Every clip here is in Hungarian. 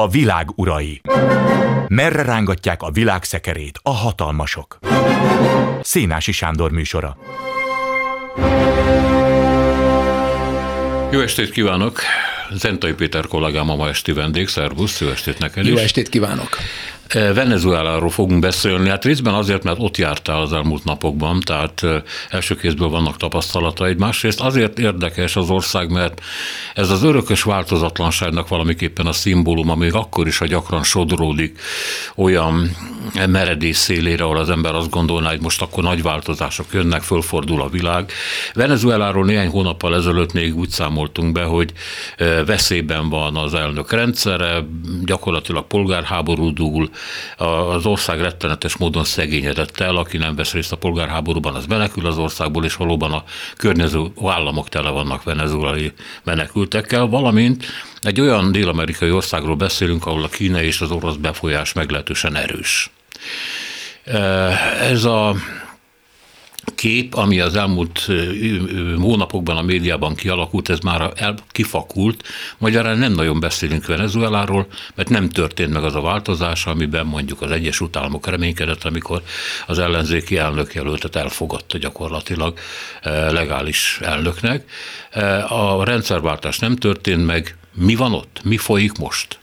A világ urai. Merre rángatják a világ szekerét a hatalmasok? Szénási Sándor műsora. Jó estét kívánok! Zentai Péter kollégám a ma esti vendég. Szervusz, jó estét neked is! Jó estét kívánok! Venezueláról fogunk beszélni, hát részben azért, mert ott jártál az elmúlt napokban, tehát első kézből vannak tapasztalataid, másrészt azért érdekes az ország, mert ez az örökös változatlanságnak valamiképpen a szimbóluma, még akkor is, ha gyakran sodródik olyan meredész szélére, ahol az ember azt gondolná, hogy most akkor nagy változások jönnek, fölfordul a világ. Venezueláról néhány hónappal ezelőtt még úgy számoltunk be, hogy veszélyben van az elnök rendszere, gyakorlatilag polgárháború dúl, az ország rettenetes módon szegényedett el, aki nem vesz részt a polgárháborúban, az menekül az országból, és valóban a környező államok tele vannak venezuelai menekültekkel, valamint egy olyan dél-amerikai országról beszélünk, ahol a kínai és az orosz befolyás meglehetősen erős. Ez a kép, ami az elmúlt hónapokban a médiában kialakult, ez már kifakult. Magyarán nem nagyon beszélünk Venezueláról, mert nem történt meg az a változás, amiben mondjuk az Egyesült Államok reménykedett, amikor az ellenzéki elnökjelöltet elfogadta gyakorlatilag legális elnöknek. A rendszerváltás nem történt meg. Mi van ott? Mi folyik most?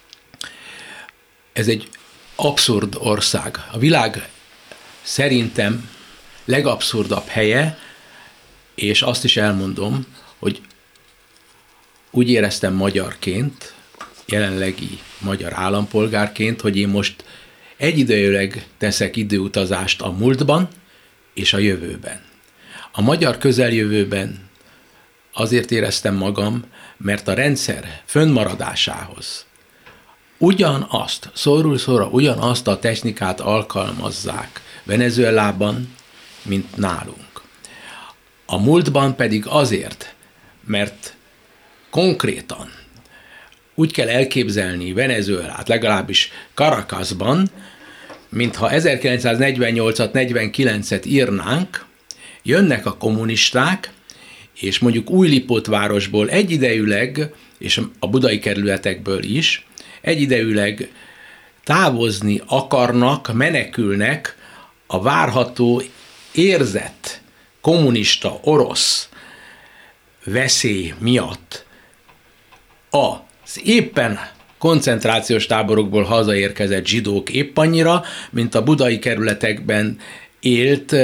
Ez egy abszurd ország. A világ szerintem legabszurdabb helye, és azt is elmondom, hogy úgy éreztem magyarként, jelenlegi magyar állampolgárként, hogy én most egyidejűleg teszek időutazást a múltban és a jövőben. A magyar közeljövőben azért éreztem magam, mert a rendszer fönnmaradásához ugyanazt, szóról szóra ugyanazt a technikát alkalmazzák Venezuelában, mint nálunk. A múltban pedig azért, mert konkrétan úgy kell elképzelni Venezuelát, legalábbis Caracasban, mintha 1948-at, 49-et írnánk, jönnek a kommunisták, és mondjuk Újlipótvárosból egyidejűleg, és a budai kerületekből is, egyidejűleg távozni akarnak, menekülnek a várható érzett kommunista, orosz veszély miatt az éppen koncentrációs táborokból hazaérkezett zsidók épp annyira, mint a budai kerületekben élt,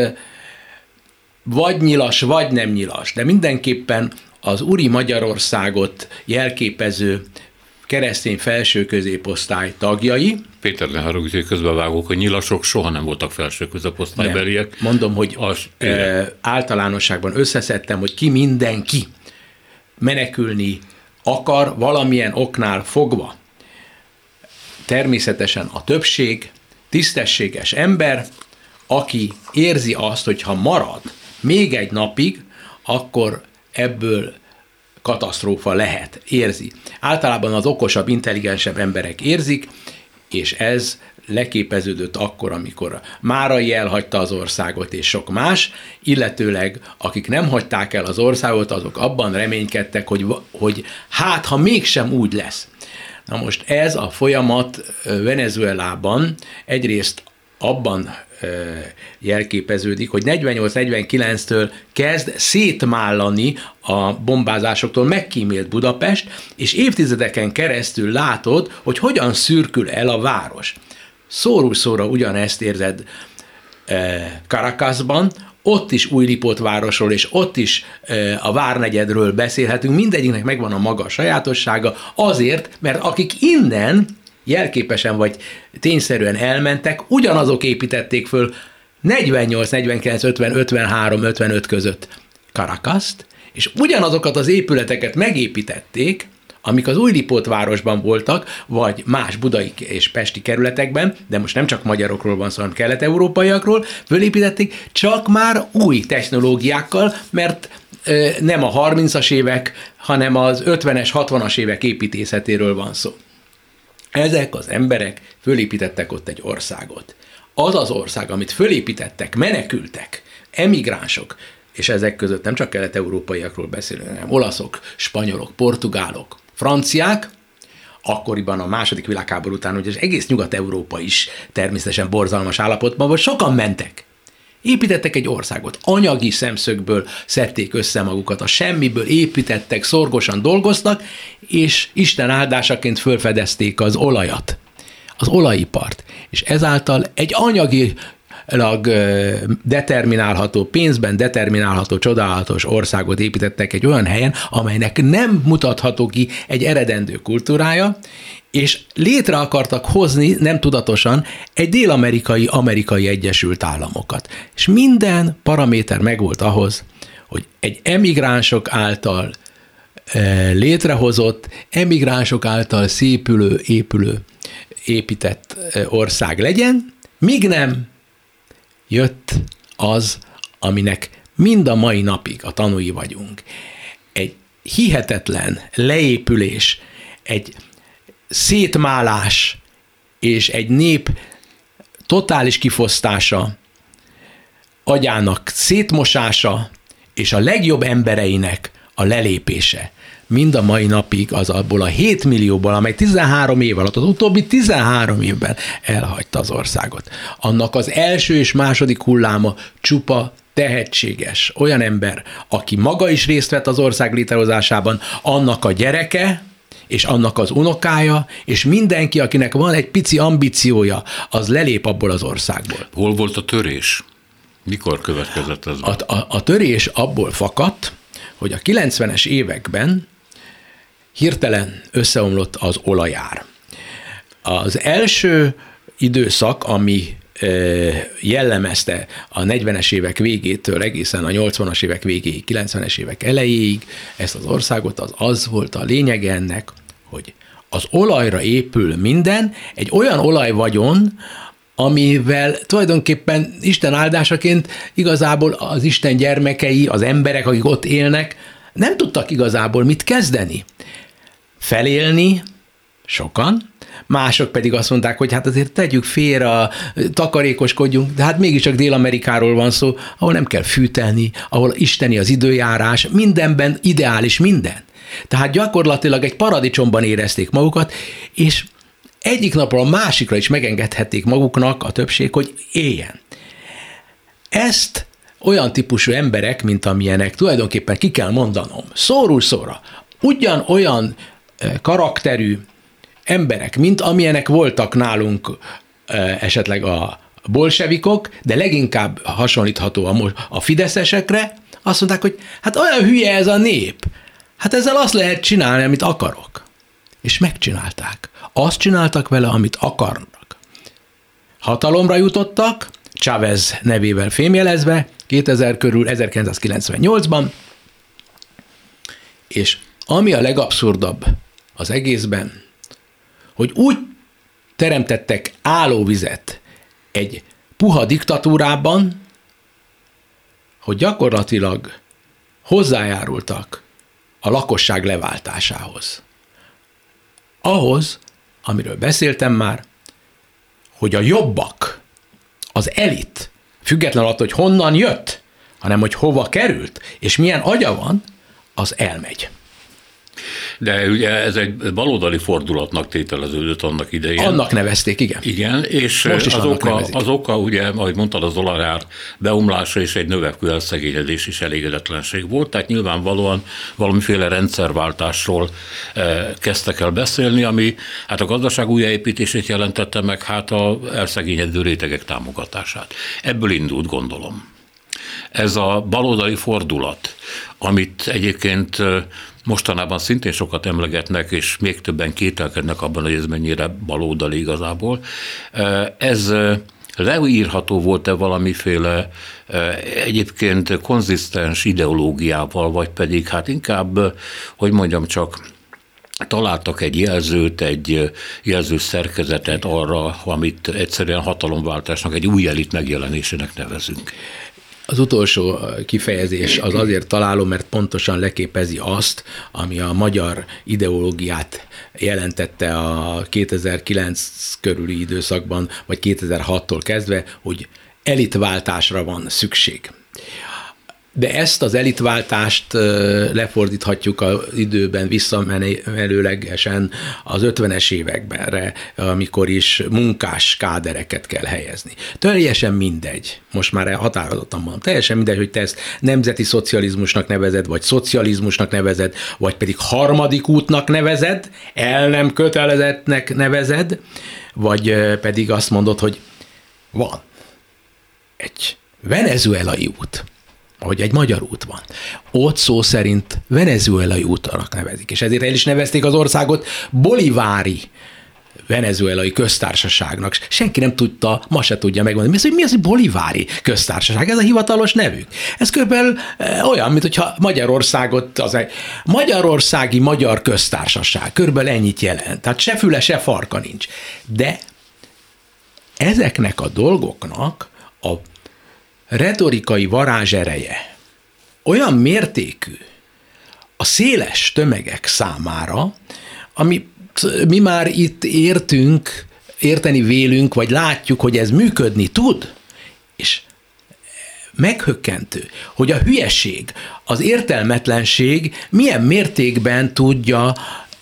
vagy nyilas, vagy nem nyilas, de mindenképpen az uri Magyarországot jelképező keresztény felső középosztály tagjai. Péter, ne haragudj, hogy közbevágok, hogy nyilasok soha nem voltak felső középosztálybeliek. Mondom, hogy általánosságban összeszedtem, hogy ki mindenki menekülni akar valamilyen oknál fogva. Természetesen a többség tisztességes ember, aki érzi azt, hogy ha marad még egy napig, akkor ebből katasztrófa lehet, érzi. Általában az okosabb, intelligensebb emberek érzik, és ez leképeződött akkor, amikor Márai elhagyta az országot, és sok más, illetőleg akik nem hagyták el az országot, azok abban reménykedtek, hogy hát, ha mégsem úgy lesz. Na most ez a folyamat Venezuelában egyrészt abban jelképeződik, hogy 48-49-től kezd szétmállani a bombázásoktól megkímélt Budapest, és évtizedeken keresztül látod, hogy hogyan szürkül el a város. Szóról szóra ugyanezt érzed Caracasban, ott is Újlipótvárosról, és ott is a Várnegyedről beszélhetünk, mindegyiknek megvan a maga sajátossága, azért, mert akik innen jelképesen vagy tényszerűen elmentek, ugyanazok építették föl 48, 49, 50, 53, 55 között Caracast, és ugyanazokat az épületeket megépítették, amik az Újlipótvárosban voltak, vagy más budai és pesti kerületekben, de most nem csak magyarokról van szó, hanem kelet-európaiakról, fölépítették, csak már új technológiákkal, mert nem a 30-as évek, hanem az 50-es, 60-as évek építészetéről van szó. Ezek az emberek fölépítettek ott egy országot. Az az ország, amit fölépítettek, menekültek, emigránsok, és ezek között nem csak kelet-európaiakról beszélünk, hanem olaszok, spanyolok, portugálok, franciák, akkoriban a második világháború után, hogy az egész Nyugat-Európa is természetesen borzalmas állapotban volt, sokan mentek. Építettek egy országot, anyagi szemszögből szedték össze magukat, a semmiből építettek, szorgosan dolgoztak, és Isten áldásaként fölfedezték az olajat, az olajipart, és ezáltal egy anyagilag determinálható, pénzben determinálható, csodálatos országot építettek egy olyan helyen, amelynek nem mutatható ki egy eredendő kultúrája, és létre akartak hozni, nem tudatosan, egy dél-amerikai Egyesült Államokat. És minden paraméter megvolt ahhoz, hogy egy emigránsok által létrehozott, emigránsok által épített ország legyen, míg nem jött az, aminek mind a mai napig a tanúi vagyunk. Egy hihetetlen leépülés, egy szétmálás és egy nép totális kifosztása, agyának szétmosása és a legjobb embereinek a lelépése. Mind a mai napig az abból a 7 millióból, amely 13 év alatt, az utóbbi 13 évben elhagyta az országot. Annak az első és második hulláma csupa tehetséges, olyan ember, aki maga is részt vett az ország létrehozásában, annak a gyereke, és annak az unokája, és mindenki, akinek van egy pici ambíciója, az lelép abból az országból. Hol volt a törés? Mikor következett ez? A törés abból fakadt, hogy a 90-es években hirtelen összeomlott az olajár. Az első időszak, ami jellemezte a 40-es évek végétől egészen a 80-as évek végéig, 90-es évek elejéig ezt az országot, az volt a lényege ennek, hogy az olajra épül minden, egy olyan olajvagyon, amivel tulajdonképpen Isten áldásaként igazából az Isten gyermekei, az emberek, akik ott élnek, nem tudtak igazából mit kezdeni. Felélni sokan, mások pedig azt mondták, hogy hát azért tegyük félre, takarékoskodjunk, de hát mégiscsak Dél-Amerikáról van szó, ahol nem kell fűteni, ahol isteni az időjárás, mindenben ideális minden. Tehát gyakorlatilag egy paradicsomban érezték magukat, és egyik napról a másikra is megengedhették maguknak a többség, hogy éljen. Ezt olyan típusú emberek, mint amilyenek, tulajdonképpen ki kell mondanom, szóról szóra, ugyanolyan karakterű emberek, mint amilyenek voltak nálunk esetleg a bolsevikok, de leginkább hasonlítható a fideszesekre, azt mondták, hogy hát olyan hülye ez a nép, hát ezzel azt lehet csinálni, amit akarok. És megcsinálták. Azt csináltak vele, amit akarnak. Hatalomra jutottak, Chávez nevével fémjelezve, 2000 körül, 1998-ban, és ami a legabszurdabb az egészben, hogy úgy teremtettek állóvizet egy puha diktatúrában, hogy gyakorlatilag hozzájárultak a lakosság leváltásához. Ahhoz, amiről beszéltem már, hogy a jobbak, az elit, független attól, hogy honnan jött, hanem hogy hova került, és milyen agya van, az elmegy. De ugye ez egy baloldali fordulatnak tételeződött annak idején. Annak nevezték, igen. Igen, és az oka, ugye, ahogy mondtad, az olajár beomlása és egy növekvő elszegényedés és elégedetlenség volt, tehát nyilvánvalóan valamiféle rendszerváltásról kezdtek el beszélni, ami hát a gazdaság újjáépítését jelentette meg, hát a elszegényedő rétegek támogatását. Ebből indult, gondolom. Ez a baloldali fordulat, amit egyébként mostanában szintén sokat emlegetnek, és még többen kételkednek abban, hogy ez mennyire baloldali igazából. Ez leírható volt-e valamiféle egyébként konzisztens ideológiával, vagy pedig hát inkább, hogy mondjam csak, találtak egy jelzőt, egy jelzős szerkezetet arra, amit egyszerűen hatalomváltásnak, egy új elit megjelenésének nevezünk. Az utolsó kifejezés az azért találom, mert pontosan leképezi azt, ami a magyar ideológiát jelentette a 2009 körüli időszakban, vagy 2006-tól kezdve, hogy elitváltásra van szükség. De ezt az elitváltást lefordíthatjuk az időben visszamenőlegesen az 50-es évekbenre, amikor is munkás kádereket kell helyezni. Teljesen mindegy, most már határozottan mondom, teljesen mindegy, hogy te ezt nemzeti szocializmusnak nevezed, vagy szocializmusnak nevezed, vagy pedig harmadik útnak nevezed, el nem kötelezettnek nevezed, vagy pedig azt mondod, hogy van egy venezuelai út, ahogy egy magyar út van. Ott szó szerint venezuelai útnak nevezik, és ezért el is nevezték az országot bolivári venezuelai köztársaságnak. Senki nem tudta, ma se tudja megmondani, mi az, hogy bolivári köztársaság, ez a hivatalos nevük. Ez körülbelül olyan, mint hogyha Magyarországot, az egy Magyarországi Magyar Köztársaság, körülbelül ennyit jelent. Tehát se füle, se farka nincs. De ezeknek a dolgoknak a retorikai varázsereje olyan mértékű a széles tömegek számára, ami mi már itt érteni vélünk, vagy látjuk, hogy ez működni tud, és meghökkentő, hogy a hülyeség, az értelmetlenség milyen mértékben tudja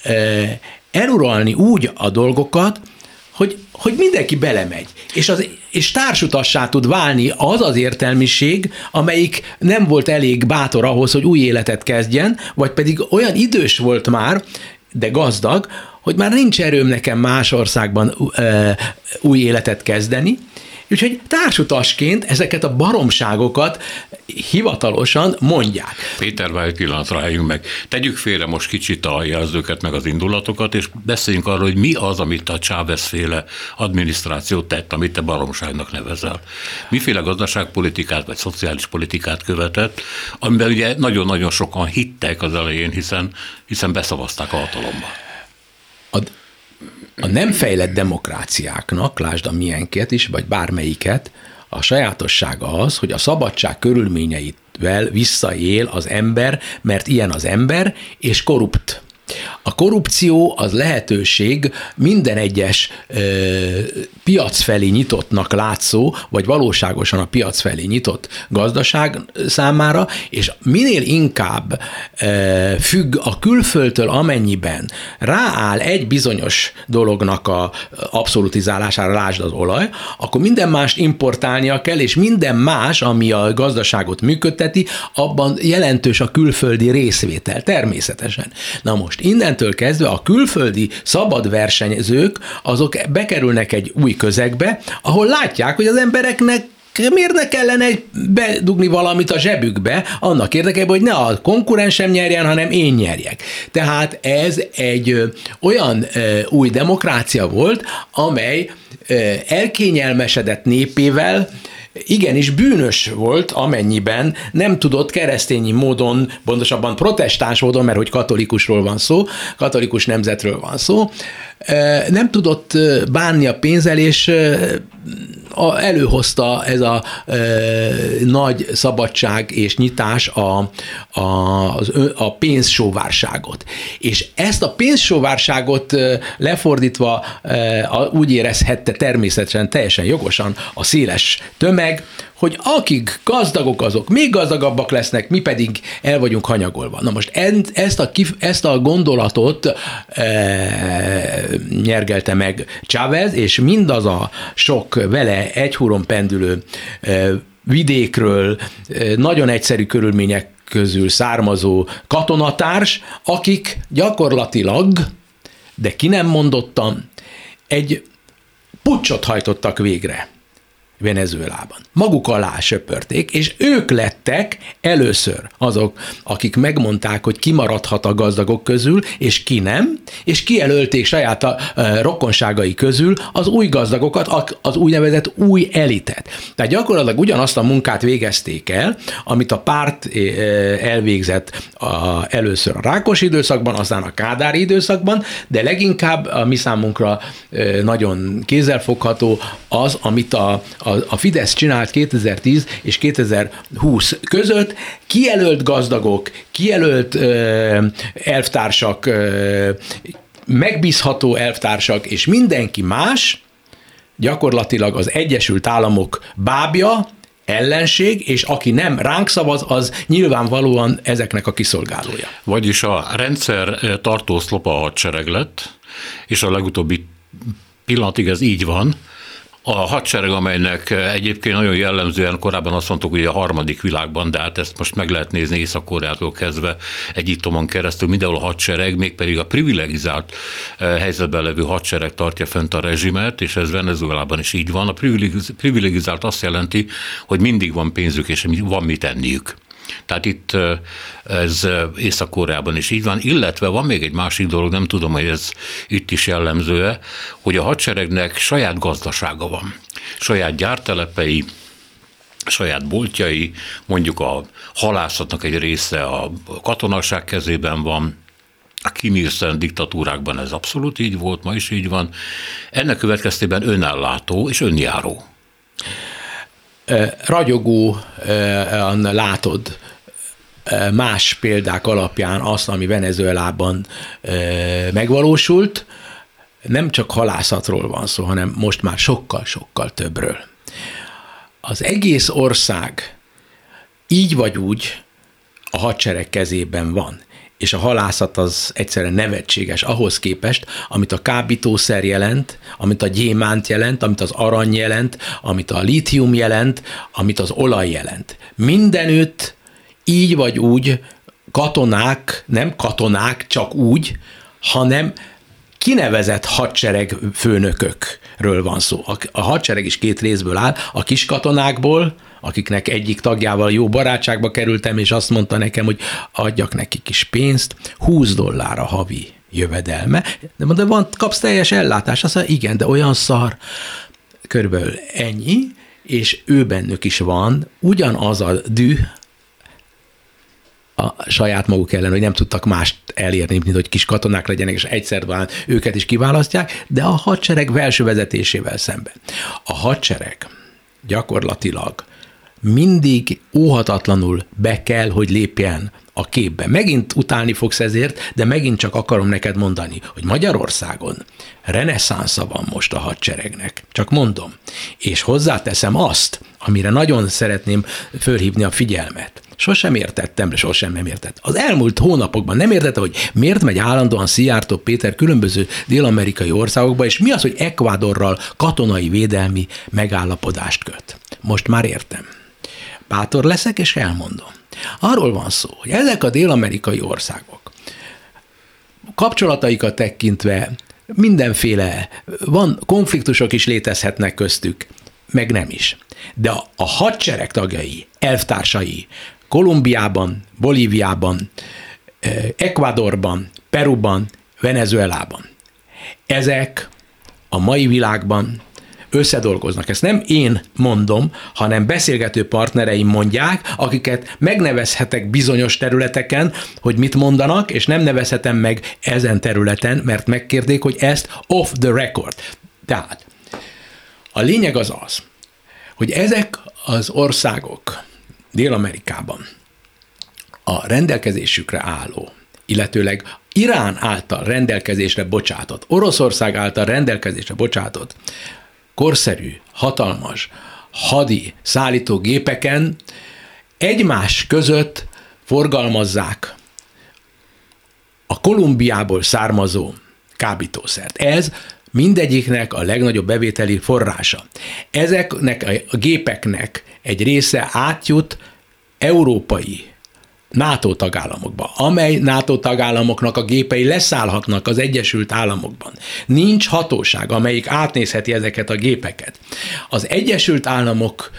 eluralni úgy a dolgokat, hogy mindenki belemegy, és társutassá tud válni az értelmiség, amelyik nem volt elég bátor ahhoz, hogy új életet kezdjen, vagy pedig olyan idős volt már, de gazdag, hogy már nincs erőm nekem más országban új életet kezdeni, úgyhogy társutasként ezeket a baromságokat hivatalosan mondják. Péter, várj egy pillanatra, álljunk meg. Tegyük félre most kicsit a jelzőket, meg az indulatokat, és beszéljünk arról, hogy mi az, amit a Chávez-féle adminisztráció tett, amit te baromságnak nevezel. Miféle gazdaságpolitikát, vagy szociális politikát követett, amiben ugye nagyon-nagyon sokan hittek az elején, hiszen beszavazták a hatalomba. A nem fejlett demokráciáknak, lásd a miénket is, vagy bármelyiket, a sajátossága az, hogy a szabadság körülményeivel visszaél az ember, mert ilyen az ember, és korrupt. A korrupció az lehetőség minden egyes piac felé nyitottnak látszó, vagy valóságosan a piac felé nyitott gazdaság számára, és minél inkább függ a külföldtől, amennyiben rááll egy bizonyos dolognak a abszolutizálására, lásd az olaj, akkor minden mást importálnia kell, és minden más, ami a gazdaságot működteti, abban jelentős a külföldi részvétel, természetesen. Na most innentől kezdve a külföldi szabad versenyzők, azok bekerülnek egy új közegbe, ahol látják, hogy az embereknek miért ne kellene bedugni valamit a zsebükbe, annak érdekében, hogy ne a konkurensem nyerjen, hanem én nyerjek. Tehát ez egy olyan új demokrácia volt, amely elkényelmesedett népével igenis bűnös volt, amennyiben nem tudott keresztényi módon, pontosabban protestáns módon, mert hogy katolikusról van szó, katolikus nemzetről van szó, nem tudott bánni a pénzzel, és előhozta ez a nagy szabadság és nyitás a pénzsóvárságot. És ezt a pénzsóvárságot lefordítva úgy érezhette természetesen teljesen jogosan a széles tömeg, hogy akik gazdagok, azok még gazdagabbak lesznek, mi pedig el vagyunk hanyagolva. Na most ezt a gondolatot nyergelte meg Chávez, és mindaz a sok vele egyhúron pendülő vidékről, nagyon egyszerű körülmények közül származó katonatárs, akik gyakorlatilag, de ki nem mondottam, egy puccsot hajtottak végre Venezuelában. Maguk alá söpörték, és ők lettek először azok, akik megmondták, hogy ki maradhat a gazdagok közül, és ki nem, és kijelölték saját a rokonságai közül az új gazdagokat, az úgynevezett új elitet. Tehát gyakorlatilag ugyanazt a munkát végezték el, amit a párt elvégzett először a Rákosi időszakban, aztán a Kádári időszakban, de leginkább a mi számunkra nagyon kézzelfogható az, amit a Fidesz csinált 2010 és 2020 között, kijelölt gazdagok, kijelölt elvtársak, megbízható elvtársak, és mindenki más, gyakorlatilag az Egyesült Államok bábja, ellenség, és aki nem ránk szavaz, az nyilvánvalóan ezeknek a kiszolgálója. Vagyis a rendszer tartóoszlopa a hadsereg lett, és a legutóbbi pillanatig ez így van. A hadsereg, amelynek egyébként nagyon jellemzően korábban azt mondtuk, hogy a harmadik világban, de hát ezt most meg lehet nézni Észak-Koreától kezdve Egyiptomon keresztül, mindenhol a hadsereg, mégpedig a privilegizált helyzetben levő hadsereg tartja fent a rezsimet, és ez Venezuelában is így van. A privilegizált azt jelenti, hogy mindig van pénzük, és van mit enniük. Tehát itt ez Észak-Koreában is így van, illetve van még egy másik dolog, nem tudom, hogy ez itt is jellemző-e, hogy a hadseregnek saját gazdasága van, saját gyártelepei, saját boltjai, mondjuk a halászatnak egy része a katonaság kezében van, a Kim Il-sung diktatúrákban ez abszolút így volt, ma is így van. Ennek következtében önellátó és önjáró. Ragyogóan látod más példák alapján azt, ami Venezuelában megvalósult, nem csak halászatról van szó, hanem most már sokkal-sokkal többről. Az egész ország így vagy úgy a hadsereg kezében van, és a halászat az egyszerűen nevetséges ahhoz képest, amit a kábítószer jelent, amit a gyémánt jelent, amit az arany jelent, amit a lítium jelent, amit az olaj jelent. Mindenütt így vagy úgy katonák, nem katonák csak úgy, hanem kinevezett hadseregfőnökökről van szó. A hadsereg is két részből áll, a kis katonákból, akiknek egyik tagjával jó barátságba kerültem, és azt mondta nekem, hogy adjak neki kis pénzt, $20 a havi jövedelme, de mondom, kapsz teljes ellátást, azt mondja, igen, de olyan szar, körülbelül ennyi, és ő bennük is van ugyanaz a düh a saját maguk ellen, hogy nem tudtak mást elérni, mint hogy kis katonák legyenek, és egyszer talán őket is kiválasztják, de a hadsereg belső vezetésével szemben. A hadsereg gyakorlatilag mindig óhatatlanul be kell, hogy lépjen a képbe. Megint utálni fogsz ezért, de megint csak akarom neked mondani, hogy Magyarországon reneszánsza van most a hadseregnek. Csak mondom. És hozzáteszem azt, amire nagyon szeretném fölhívni a figyelmet. Sosem értettem. Az elmúlt hónapokban nem értettem, hogy miért megy állandóan Szijjártó Péter különböző dél-amerikai országokba, és mi az, hogy Ecuadorral katonai védelmi megállapodást köt. Most már értem. Bátor leszek, és elmondom. Arról van szó, hogy ezek a dél-amerikai országok kapcsolataikat tekintve mindenféle, van konfliktusok is létezhetnek köztük, meg nem is. De a hadsereg tagjai, elvtársai Kolumbiában, Bolíviában, Ecuadorban, Peruban, Venezuelában. Ezek a mai világban összedolgoznak. Ezt nem én mondom, hanem beszélgető partnereim mondják, akiket megnevezhetek bizonyos területeken, hogy mit mondanak, és nem nevezhetem meg ezen területen, mert megkérték, hogy ezt off the record. Tehát a lényeg az, hogy ezek az országok Dél-Amerikában a rendelkezésükre álló, illetőleg Irán által rendelkezésre bocsátott, Oroszország által rendelkezésre bocsátott korszerű, hatalmas hadi szállítógépeken egymás között forgalmazzák a Kolumbiából származó kábítószert. Ez mindegyiknek a legnagyobb bevételi forrása. Ezeknek a gépeknek egy része átjut európai NATO tagállamokba, amely NATO tagállamoknak a gépei leszállhatnak az Egyesült Államokban. Nincs hatóság, amelyik átnézheti ezeket a gépeket. Az Egyesült Államok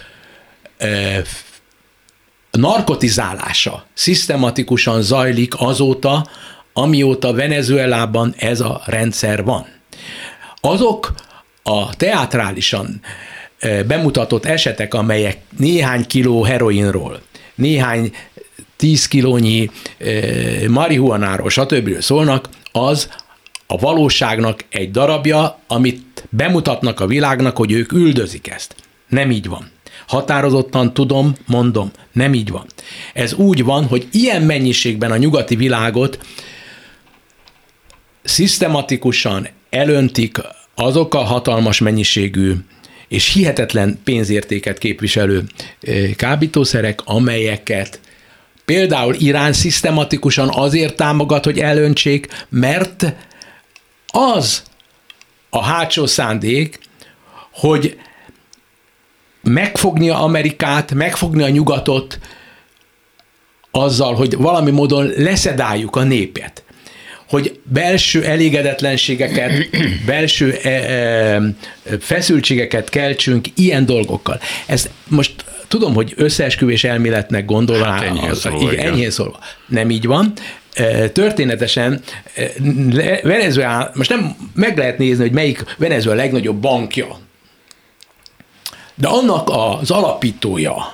narkotizálása szisztematikusan zajlik azóta, amióta Venezuelában ez a rendszer van. Azok a teátrálisan bemutatott esetek, amelyek néhány kiló heroinról, néhány 10 kilónyi marihuanáról, stb. Szólnak, az a valóságnak egy darabja, amit bemutatnak a világnak, hogy ők üldözik ezt. Nem így van. Határozottan tudom, mondom, nem így van. Ez úgy van, hogy ilyen mennyiségben a nyugati világot szisztematikusan elöntik azok a hatalmas mennyiségű és hihetetlen pénzértéket képviselő kábítószerek, amelyeket például Irán szisztematikusan azért támogat, hogy elöntsék, mert az a hátsó szándék, hogy megfogni Amerikát, megfogni a nyugatot azzal, hogy valami módon leszedáljuk a népet, hogy belső elégedetlenségeket, belső feszültségeket keltsünk ilyen dolgokkal. Ezt most tudom, hogy összeesküvés elméletnek gondolná, enyhén szólva. Nem így van. Történetesen Venezuela, most nem meg lehet nézni, hogy melyik Venezuela legnagyobb bankja, de annak az alapítója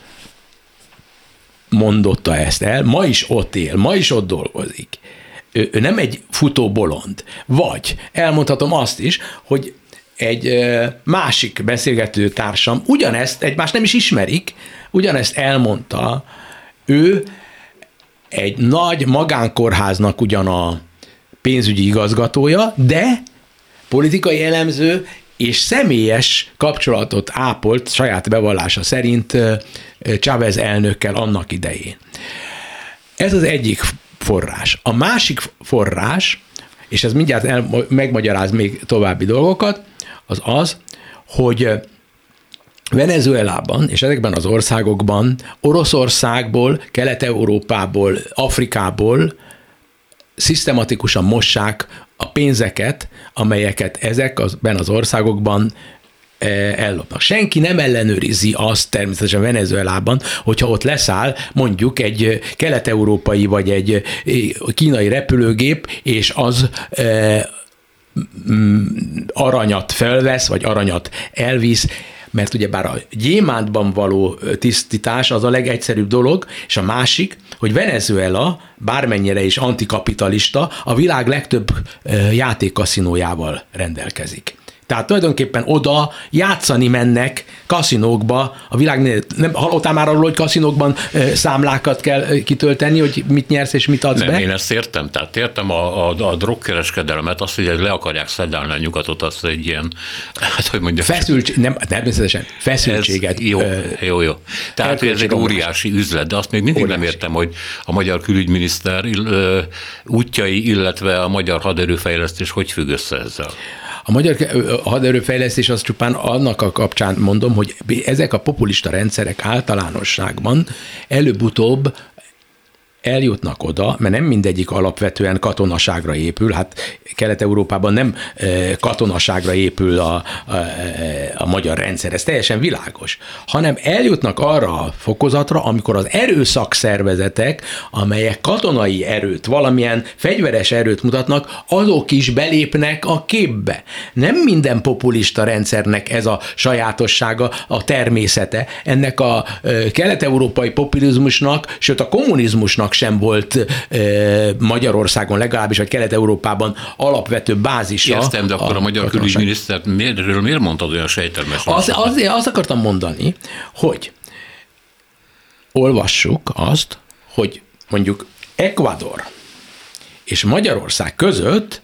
mondotta ezt el, ma is ott él, ma is ott dolgozik. Ő nem egy futó bolond. Vagy elmondhatom azt is, hogy egy másik beszélgető társam ugyanezt, egymást nem is ismerik, ugyanezt elmondta, ő egy nagy magánkórháznak ugyan a pénzügyi igazgatója, de politikai elemző és személyes kapcsolatot ápolt saját bevallása szerint Chávez elnökkel annak idején. Ez az egyik forrás. A másik forrás, és ez mindjárt megmagyaráz még további dolgokat, az, hogy Venezuelában és ezekben az országokban Oroszországból, Kelet-Európából, Afrikából szisztematikusan mossák a pénzeket, amelyeket ezekben az országokban ellopnak. Senki nem ellenőrizi azt természetesen Venezuelában, hogyha ott leszáll mondjuk egy kelet-európai vagy egy kínai repülőgép, és az aranyat felvesz, vagy aranyat elvisz, mert ugyebár a gyémántban való tisztítás az a legegyszerűbb dolog, és a másik, hogy Venezuela, bármennyire is antikapitalista, a világ legtöbb játékkaszinójával rendelkezik. Tehát tulajdonképpen oda játszani mennek kaszinókba, a világ, nem hallottál már arról, hogy kaszinókban számlákat kell kitölteni, hogy mit nyersz és mit adsz be? Nem, én ezt értem. Tehát értem a drogkereskedelmet, azt, hogy le akarják szedálni a nyugatot, azt egy ilyen, hát hogy mondjam. Természetesen feszültséget. Jó. Tehát ez egy óriási üzlet, de azt még mindig nem értem, hogy a magyar külügyminiszter útjai, illetve a magyar haderőfejlesztés hogy függ össze ezzel. A magyar haderőfejlesztés az csupán annak a kapcsán mondom, hogy ezek a populista rendszerek általánosságban előbb-utóbb eljutnak oda, mert nem mindegyik alapvetően katonaságra épül, hát Kelet-Európában nem katonaságra épül a magyar rendszer, ez teljesen világos, hanem eljutnak arra a fokozatra, amikor az erőszakszervezetek, amelyek katonai erőt, valamilyen fegyveres erőt mutatnak, azok is belépnek a képbe. Nem minden populista rendszernek ez a sajátossága, a természete. Ennek a kelet-európai populizmusnak, sőt a kommunizmusnak sem volt Magyarországon legalábbis, vagy Kelet-Európában alapvető bázisa. Értem, de akkor a magyar külügyminiszter miért mondtad olyan sejtelmes? Azt akartam mondani, hogy olvassuk azt, hogy mondjuk Ecuador és Magyarország között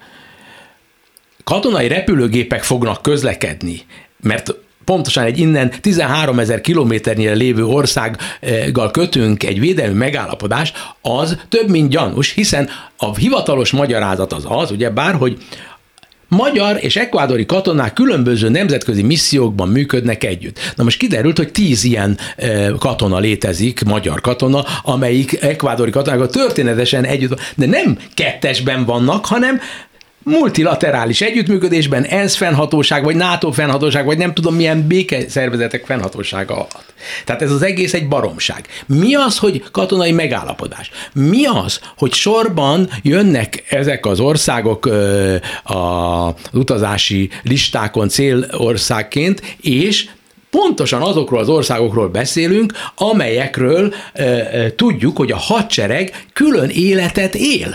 katonai repülőgépek fognak közlekedni, mert pontosan egy innen 13 000 kilométernyire lévő országgal kötünk egy védelmi megállapodást, az több, mint gyanús, hiszen a hivatalos magyarázat az, ugyebár, hogy magyar és ekvádori katonák különböző nemzetközi missziókban működnek együtt. Na most kiderült, hogy 10 ilyen katona létezik, magyar katona, amelyik ekvádori katonákkal történetesen együtt, de nem kettesben vannak, hanem multilaterális együttműködésben ENSZ fennhatóság, vagy NATO fennhatóság, vagy nem tudom milyen békeszervezetek fennhatósága alatt. Tehát ez az egész egy baromság. Mi az, hogy katonai megállapodás? Mi az, hogy sorban jönnek ezek az országok az utazási listákon célországként, és pontosan azokról az országokról beszélünk, amelyekről tudjuk, hogy a hadsereg külön életet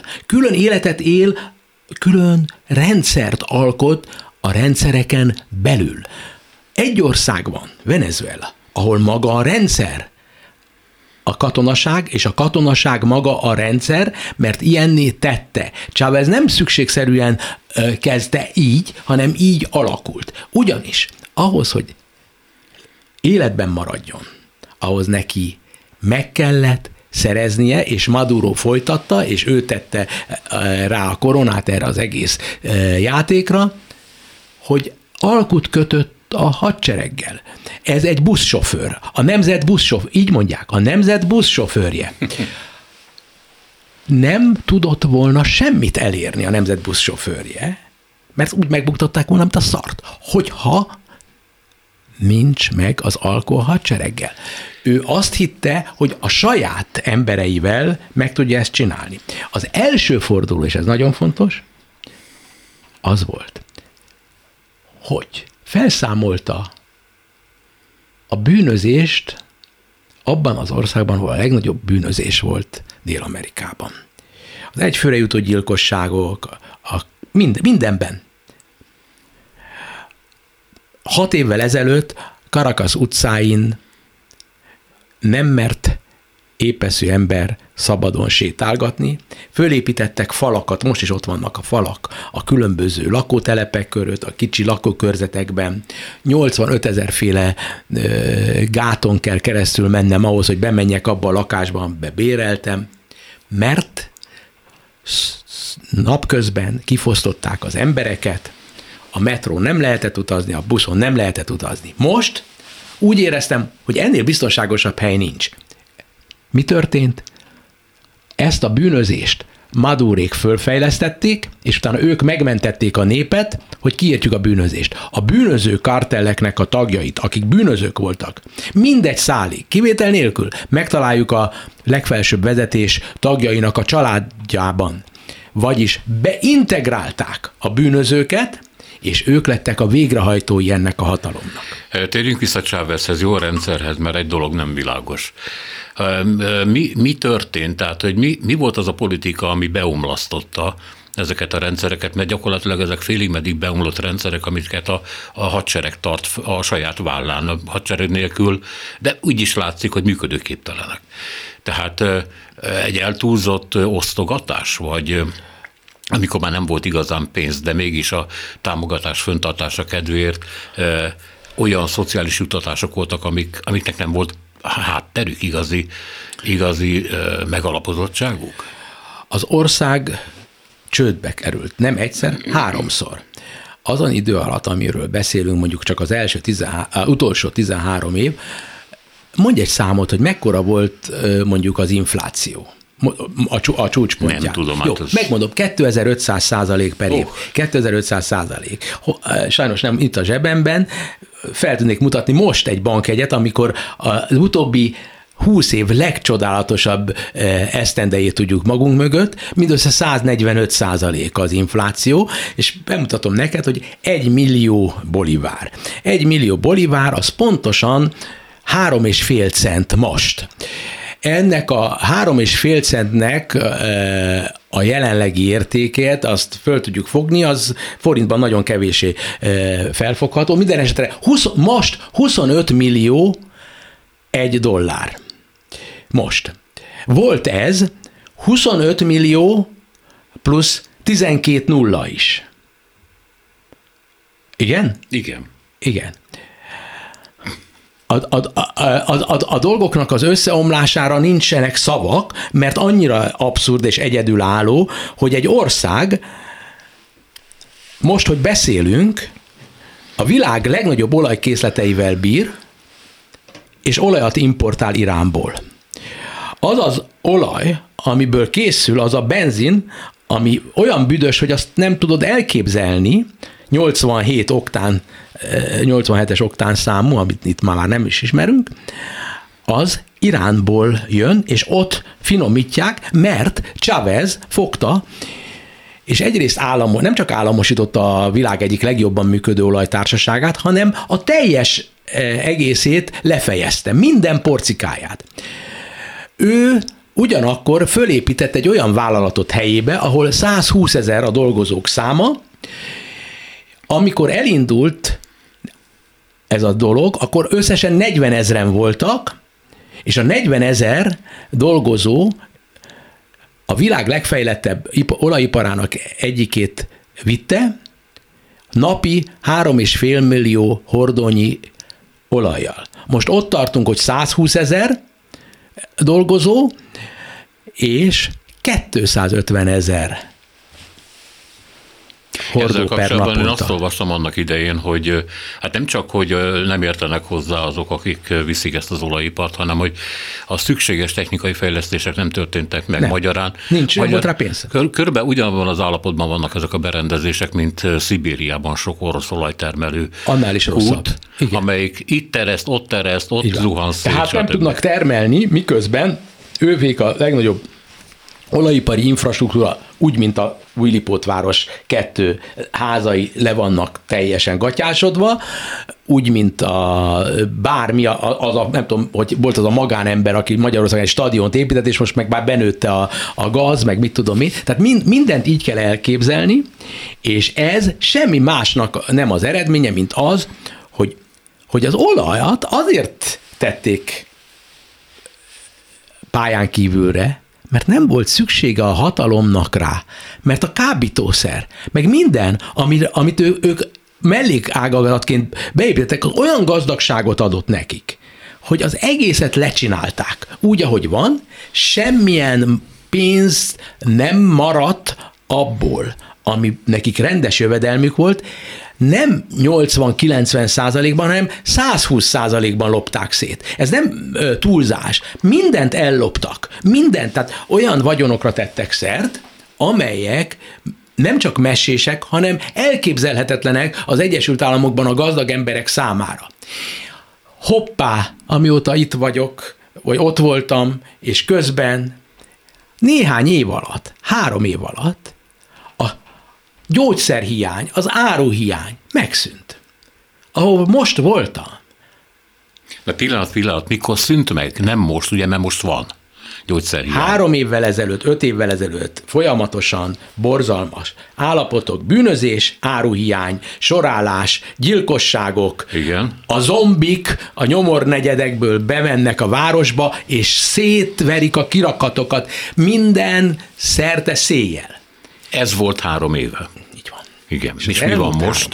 él, külön rendszert alkot a rendszereken belül. Egy ország van, Venezuela, ahol maga a rendszer a katonaság, és a katonaság maga a rendszer, mert ilyenné tette. Chávez nem szükségszerűen kezdte így, hanem így alakult. Ugyanis ahhoz, hogy életben maradjon, ahhoz neki meg kellett szereznie, és Maduro folytatta, és ő tette rá a koronát erre az egész játékra, hogy alkut kötött a hadsereggel. Ez egy buszsofőr. A nemzet buszsofőr, így mondják, a nemzet buszsofőrje. Nem tudott volna semmit elérni a nemzet buszsofőrje, mert úgy megbuktatták volna, mint a szart, hogyha nincs meg az alkó hadsereggel. Ő azt hitte, hogy a saját embereivel meg tudja ezt csinálni. Az első forduló, és ez nagyon fontos, az volt, hogy felszámolta a bűnözést abban az országban, ahol a legnagyobb bűnözés volt Dél-Amerikában. Az egyfőre jutó gyilkosságok, mindenben. 6 évvel ezelőtt Caracas utcáin nem mert épeszű ember szabadon sétálgatni, fölépítettek falakat, most is ott vannak a falak a különböző lakótelepek körött, a kicsi lakókörzetekben, 85 000 féle gáton kell keresztül mennem ahhoz, hogy bemenjek abba a lakásba, amiben béreltem, mert napközben kifosztották az embereket, a metrón nem lehetett utazni, a buszon nem lehetett utazni. Most úgy éreztem, hogy ennél biztonságosabb hely nincs. Mi történt? Ezt a bűnözést Madurék fölfejlesztették, és utána ők megmentették a népet, hogy kiértjük a bűnözést. A bűnöző kartelleknek a tagjait, akik bűnözők voltak, mindegy szálig, kivétel nélkül megtaláljuk a legfelsőbb vezetés tagjainak a családjában. Vagyis beintegrálták a bűnözőket, és ők lettek a végrehajtói ennek a hatalomnak. Térjünk vissza Chávezhez, jó rendszerhez, mert egy dolog nem világos. Mi történt? Tehát, hogy mi volt az a politika, ami beomlasztotta ezeket a rendszereket, mert gyakorlatilag ezek félig meddig beomlott rendszerek, amiket a hadsereg tart a saját vállán, a hadsereg nélkül, de úgy is látszik, hogy működőképtelenek. Tehát egy eltúlzott osztogatás, vagy amikor már nem volt igazán pénz, de mégis a támogatás föntartása kedvéért olyan szociális juttatások voltak, amiknek nem volt hátterük, igazi megalapozottságuk? Az ország csődbe került, nem egyszer, 3-szor. Azon idő alatt, amiről beszélünk, mondjuk csak az utolsó 13 év, mondj egy számot, hogy mekkora volt mondjuk az infláció. A csúcspontján. Nem tudom. Jó, megmondom, 2500% per év. 2500%. Sajnos nem itt a zsebemben. Fel tudnék mutatni most egy bankjegyet, amikor az utóbbi 20 év legcsodálatosabb esztendejét tudjuk magunk mögött, mindössze 145% az infláció, és bemutatom neked, hogy 1 millió bolivár. 1 millió bolivár az pontosan 3,5 cent most. Ennek a 3,5 centnek a jelenlegi értékét, azt föl tudjuk fogni, az forintban nagyon kevéssé felfogható. Minden esetre most 25 millió $1. Most. Volt ez 25 millió plusz 12 nulla is. Igen? Igen. Igen. A dolgoknak az összeomlására nincsenek szavak, mert annyira abszurd és egyedülálló, hogy egy ország, most, hogy beszélünk, a világ legnagyobb olajkészleteivel bír, és olajat importál Iránból. Az az olaj, amiből készül, az a benzin, ami olyan büdös, hogy azt nem tudod elképzelni, 87-es oktán számú, amit itt már nem is ismerünk, az Iránból jön, és ott finomítják, mert Chávez fogta, és egyrészt nem csak államosította a világ egyik legjobban működő olajtársaságát, hanem a teljes egészét lefejezte, minden porcikáját. Ő ugyanakkor fölépített egy olyan vállalatot helyébe, ahol 120 000 a dolgozók száma. Amikor elindult ez a dolog, akkor összesen 40 000 voltak, és a 40 000 dolgozó a világ legfejlettebb olajiparának egyikét vitte, napi 3,5 millió hordónyi olajjal. Most ott tartunk, hogy 120 000 dolgozó, és 250 000 hordó per naponta. Én azt olvastam annak idején, hogy hát nem csak, hogy nem értenek hozzá azok, akik viszik ezt az olajipart, hanem hogy a szükséges technikai fejlesztések nem történtek meg magyarán. Nem volt rá pénz. Körülbelül ugyanabban az állapotban vannak ezek a berendezések, mint Szibériában sok orosz olajtermelő annál is rosszabb. Amelyik itt tereszt, ott zuhan szét. Tehát nem tudnak termelni, miközben ővék a legnagyobb olajipari infrastruktúra, úgy, mint a Újlipótváros 2 házai le vannak teljesen gatyásodva, úgy, mint nem tudom, hogy volt az a magánember, aki Magyarországon egy stadiont épített, és most meg már benőtte a gaz, meg mit tudom mi. Tehát mindent így kell elképzelni, és ez semmi másnak nem az eredménye, mint az, hogy az olajat azért tették pályán kívülre, mert nem volt szüksége a hatalomnak rá, mert a kábítószer, meg minden, amit ők mellékágazatként beépítettek, olyan gazdagságot adott nekik, hogy az egészet lecsinálták úgy, ahogy van, semmilyen pénz nem maradt abból, ami nekik rendes jövedelmük volt, nem 80-90%-ban, hanem 120%-ban lopták szét. Ez nem túlzás. Mindent elloptak. Mindent. Tehát olyan vagyonokra tettek szert, amelyek nem csak mesések, hanem elképzelhetetlenek az Egyesült Államokban a gazdag emberek számára. Hoppá, amióta itt vagyok, vagy ott voltam, és közben néhány év alatt, 3 év alatt gyógyszerhiány, az áruhiány megszűnt. Ahol most voltam. De pillanat, mikor szűnt meg? Nem most, ugye, mert most van gyógyszerhiány. 3 évvel ezelőtt, 5 évvel ezelőtt folyamatosan borzalmas állapotok, bűnözés, áruhiány, sorálás, gyilkosságok. Igen. A zombik a nyomornegyedekből bemennek a városba, és szétverik a kirakatokat minden szerte széjjel. Ez volt 3 éve. Így van. Igen. És mi van most?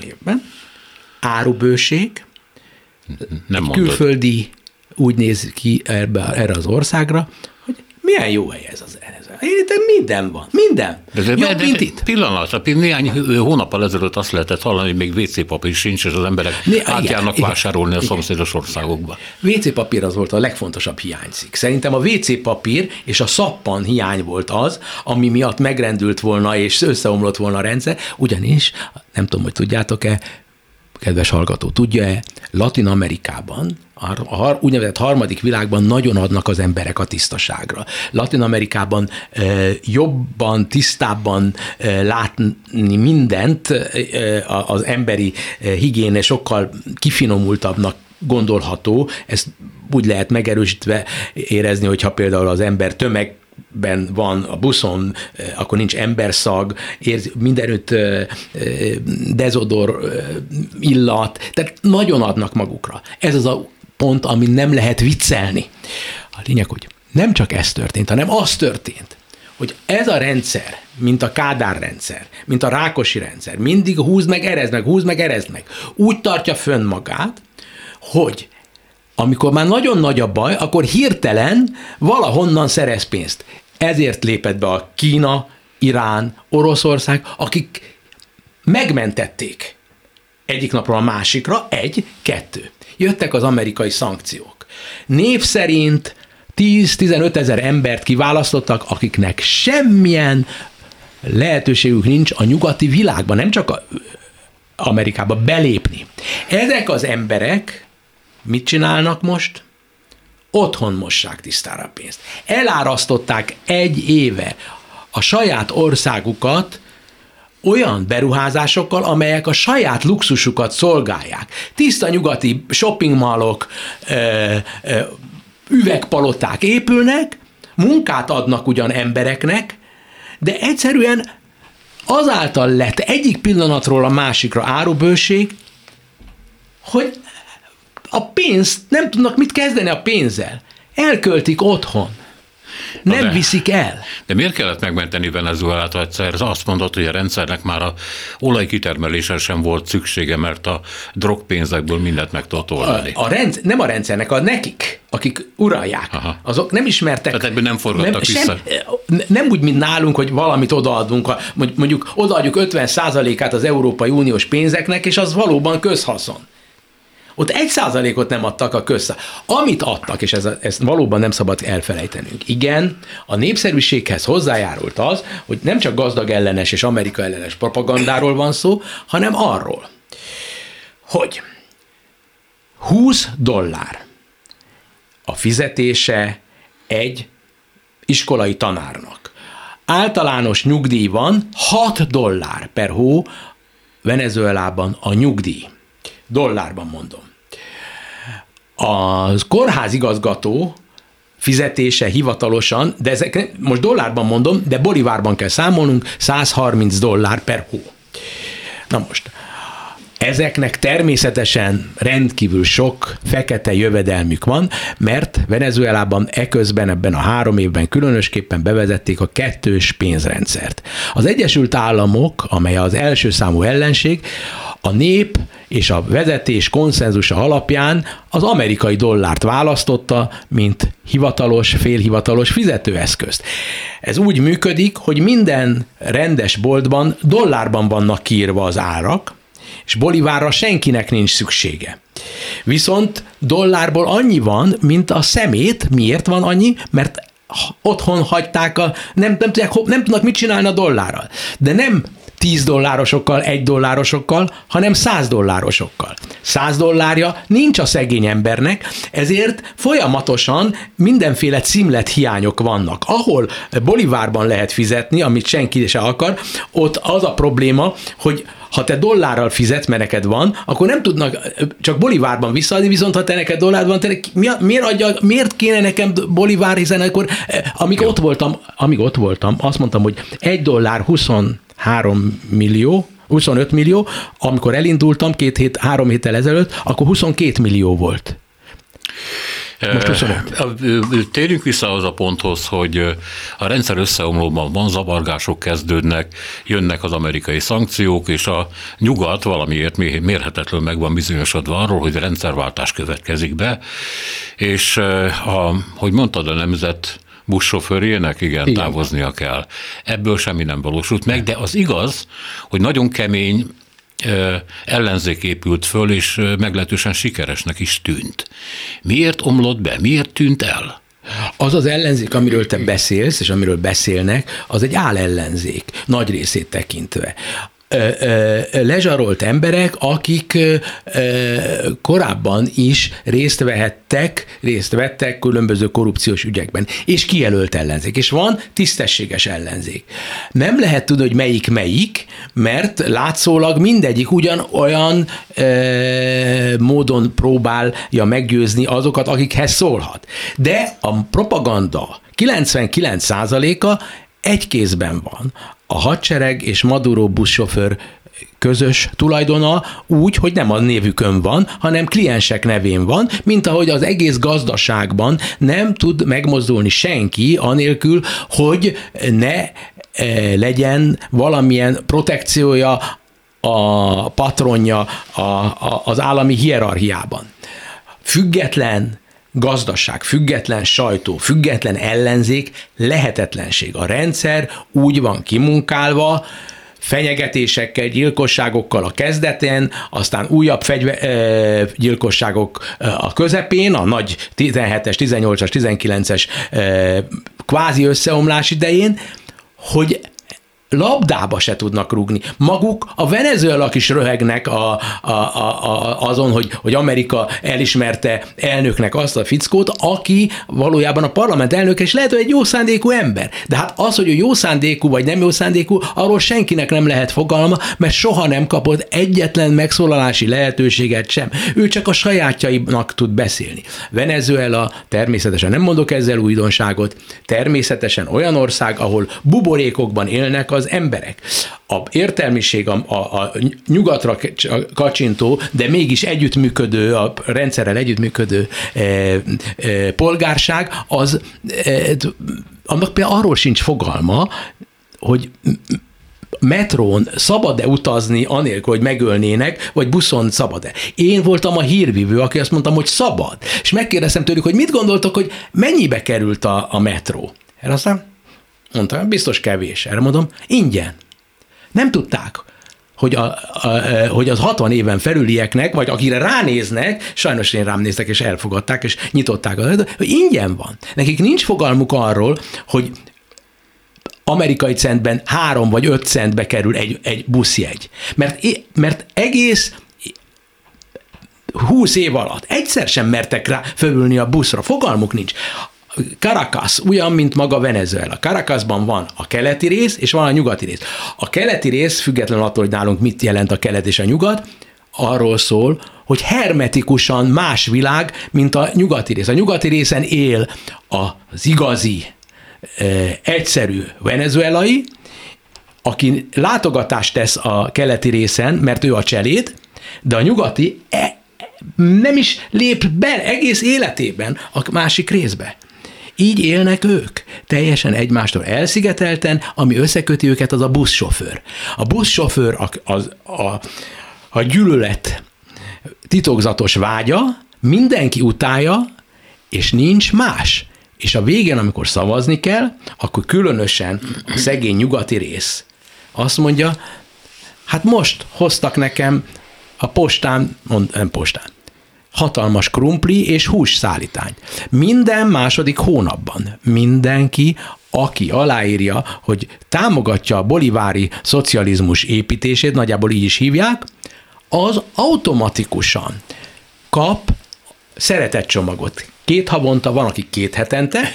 Árubőség. Nem mondod. Külföldi úgy néz ki erre az országra, hogy milyen jó hely ez az. Minden van. Minden. Jobb, mint itt. Pillanat, néhány hónappal ezelőtt azt lehetett hallani, hogy még WC papír sincs, és az emberek átjárnak vásárolni a szomszédos országokba. WC papír az volt a legfontosabb hiányzik. Szerintem a WC papír és a szappan hiány volt az, ami miatt megrendült volna és összeomlott volna a rendszer, ugyanis, nem tudom, hogy tudjátok-e, kedves hallgató, tudja-e, Latin Amerikában, a úgynevezett harmadik világban nagyon adnak az emberek a tisztaságra. Latin Amerikában jobban, tisztábban látni mindent, az emberi higiéne sokkal kifinomultabbnak gondolható, ezt úgy lehet megerősítve érezni, hogyha például az ember tömegben van a buszon, akkor nincs emberszag, mindenütt dezodor illat, tehát nagyon adnak magukra. Ez az a pont, amin nem lehet viccelni. A lényeg, hogy nem csak ez történt, hanem az történt, hogy ez a rendszer, mint a Kádár rendszer, mint a Rákosi rendszer, mindig húzd meg, erezd meg, úgy tartja fönn magát, hogy amikor már nagyon nagy a baj, akkor hirtelen valahonnan szerez pénzt. Ezért lépett be a Kína, Irán, Oroszország, akik megmentették egyik napról a másikra, 1-2. Jöttek az amerikai szankciók. Név szerint 10-15 ezer embert kiválasztottak, akiknek semmilyen lehetőségük nincs a nyugati világban, nem csak Amerikába belépni. Ezek az emberek mit csinálnak most? Otthon mossák tisztára a pénzt. Elárasztották 1 éve a saját országukat olyan beruházásokkal, amelyek a saját luxusukat szolgálják. Tiszta nyugati shoppingmallok, üvegpaloták épülnek, munkát adnak ugyan embereknek, de egyszerűen azáltal lett egyik pillanatról a másikra árubőség, hogy a pénzt nem tudnak mit kezdeni a pénzzel. Elköltik otthon. Nem viszik el. De miért kellett megmenteni Venezuelát egyszer? Azt mondott, hogy a rendszernek már a olajkitermelésen sem volt szüksége, mert a drogpénzekből mindent meg tudott oldani. Nem a rendszernek, nekik, akik uralják. Aha. Azok nem ismertek. Tehát ebből nem forgattak vissza. Nem úgy, mint nálunk, hogy valamit odaadunk, mondjuk odaadjuk 50%-át az Európai Uniós pénzeknek, és az valóban közhaszon. Ott 1%-ot nem adtak a Amit adtak, és ezt valóban nem szabad elfelejtenünk. Igen, a népszerűséghez hozzájárult az, hogy nem csak gazdag ellenes és Amerika ellenes propagandáról van szó, hanem arról, hogy $20 a fizetése egy iskolai tanárnak. Általános nyugdíj van, $6 per hó Venezuelában a nyugdíj. Dollárban mondom. A kórházigazgató fizetése hivatalosan, de ezek most dollárban mondom, de bolivárban kell számolnunk, $130 per hó. Na most, ezeknek természetesen rendkívül sok fekete jövedelmük van, mert Venezuelában eközben ebben a 3 évben különösképpen bevezették a 2. pénzrendszert. Az Egyesült Államok, amely az első számú ellenség, a nép és a vezetés konszenzusa alapján az amerikai dollárt választotta, mint hivatalos, félhivatalos fizetőeszközt. Ez úgy működik, hogy minden rendes boltban dollárban vannak kiírva az árak, és bolivárra senkinek nincs szüksége. Viszont dollárból annyi van, mint a szemét. Miért van annyi? Mert otthon hagyták, nem tudnak mit csinálni a dollárral. De nem $10, $1, hanem $100. $100 nincs a szegény embernek, ezért folyamatosan mindenféle címlet hiányok vannak. Ahol bolivárban lehet fizetni, amit senki se akar, ott az a probléma, hogy ha te dollárral fizetsz, mert neked van, akkor nem tudnak csak bolivárban visszaadni, viszont ha te neked dollár van, miért kéne nekem bolivár, hiszen akkor, amíg ott voltam, azt mondtam, hogy $1 25 millió, amikor elindultam 3 héttel ezelőtt, akkor 22 millió volt. Most 25. Térjünk vissza az a ponthoz, hogy a rendszer összeomlóban van, zavargások kezdődnek, jönnek az amerikai szankciók, és a nyugat valamiért mérhetetlenül meg van bizonyosodva arról, hogy rendszerváltás következik be, és hogy mondtad, a nemzet buszsofőrjének, igen, távoznia kell. Ebből semmi nem valósult meg, de az igaz, hogy nagyon kemény ellenzék épült föl, és meglehetősen sikeresnek is tűnt. Miért omlott be? Miért tűnt el? Az az ellenzék, amiről te beszélsz, és amiről beszélnek, az egy álellenzék, nagy részét tekintve. Lezsarolt emberek, akik korábban is részt vettek különböző korrupciós ügyekben, és kijelölt ellenzék, és van tisztességes ellenzék. Nem lehet tudni, hogy melyik, mert látszólag mindegyik ugyanolyan módon próbálja meggyőzni azokat, akikhez szólhat. De a propaganda 99%-a egy kézben van. A hadsereg és Maduro buszsofőr közös tulajdona úgy, hogy nem a névükön van, hanem kliensek nevén van, mint ahogy az egész gazdaságban nem tud megmozdulni senki anélkül, hogy ne legyen valamilyen protekciója, a patronja az állami hierarchiában. Független gazdaság, független sajtó, független ellenzék, lehetetlenség. A rendszer úgy van kimunkálva, fenyegetésekkel, gyilkosságokkal a kezdetén, aztán újabb gyilkosságok a közepén, a nagy 17-es, 18-as, 19-es kvázi összeomlás idején, hogy labdába se tudnak rúgni. Maguk a venezuelak is röhegnek azon, hogy Amerika elismerte elnöknek azt a fickót, aki valójában a parlament elnöke, és lehet, hogy egy jó szándékú ember. De hát az, hogy jó szándékú vagy nem jó szándékú, arról senkinek nem lehet fogalma, mert soha nem kapott egyetlen megszólalási lehetőséget sem. Ő csak a sajátjainak tud beszélni. Venezuela természetesen, nem mondok ezzel újdonságot, természetesen olyan ország, ahol buborékokban élnek az emberek. a értelmiség, a nyugatra kacsintó, de mégis együttműködő, a rendszerrel együttműködő polgárság, az annak például arról sincs fogalma, hogy metrón szabad-e utazni anélkül, hogy megölnének, vagy buszon szabad-e. Én voltam a hírvívő, aki azt mondtam, hogy szabad. És megkérdeztem tőlük, hogy mit gondoltok, hogy mennyibe került a metró. Erre aztán mondtam, biztos kevés. Erre mondom, ingyen. Nem tudták, hogy az 60 éven felülieknek, vagy akire ránéznek, sajnos én rám néztek, és elfogadták, és nyitották hogy ingyen van. Nekik nincs fogalmuk arról, hogy amerikai centben 3 vagy 5 centbe kerül egy buszjegy. Mert egész 20 év alatt egyszer sem mertek rá fölülni a buszra. Fogalmuk nincs. Caracas olyan, mint maga Venezuela. Caracasban van a keleti rész, és van a nyugati rész. A keleti rész, függetlenül attól, hogy nálunk mit jelent a kelet és a nyugat, arról szól, hogy hermetikusan más világ, mint a nyugati rész. A nyugati részen él az igazi, egyszerű venezuelai, aki látogatást tesz a keleti részen, mert ő a cseléd, de a nyugati nem is lép be egész életében a másik részbe. Így élnek ők, teljesen egymástól elszigetelten, ami összeköti őket, az a buszsofőr. A buszsofőr a gyűlölet titokzatos vágya, mindenki utálja, és nincs más. És a végén, amikor szavazni kell, akkor különösen a szegény nyugati rész azt mondja, hát most hoztak nekem a postán, nem postán, hatalmas krumpli és hússzállítányt. Minden második hónapban mindenki, aki aláírja, hogy támogatja a bolivári szocializmus építését, nagyjából így is hívják, az automatikusan kap szeretetcsomagot. 2 havonta, van, aki 2 hetente,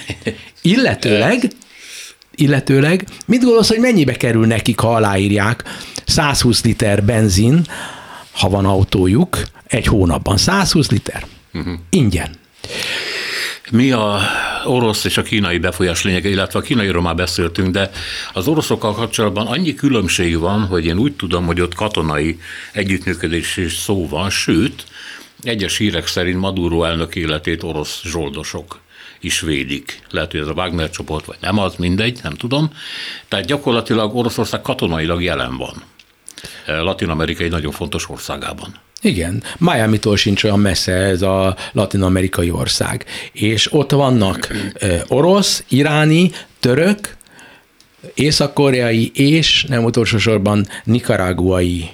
illetőleg, mit gondolsz, hogy mennyibe kerül nekik, ha aláírják 120 liter benzin, ha van autójuk, egy hónapban 120 liter. Ingyen. Mi a orosz és a kínai befolyás lényege, illetve a kínairól már beszéltünk, de az oroszokkal kapcsolatban annyi különbség van, hogy én úgy tudom, hogy ott katonai együttműködés is szó van, sőt, egyes hírek szerint Maduro elnök életét orosz zsoldosok is védik. Lehet, hogy ez a Wagner csoport, vagy nem az, mindegy, nem tudom. Tehát gyakorlatilag Oroszország katonailag jelen van. Latin-Amerika egy nagyon fontos országában. Igen, Miamitól sincs olyan messze ez a latin-amerikai ország. És ott vannak orosz, iráni, török, észak-koreai és nem utolsó sorban nikaraguai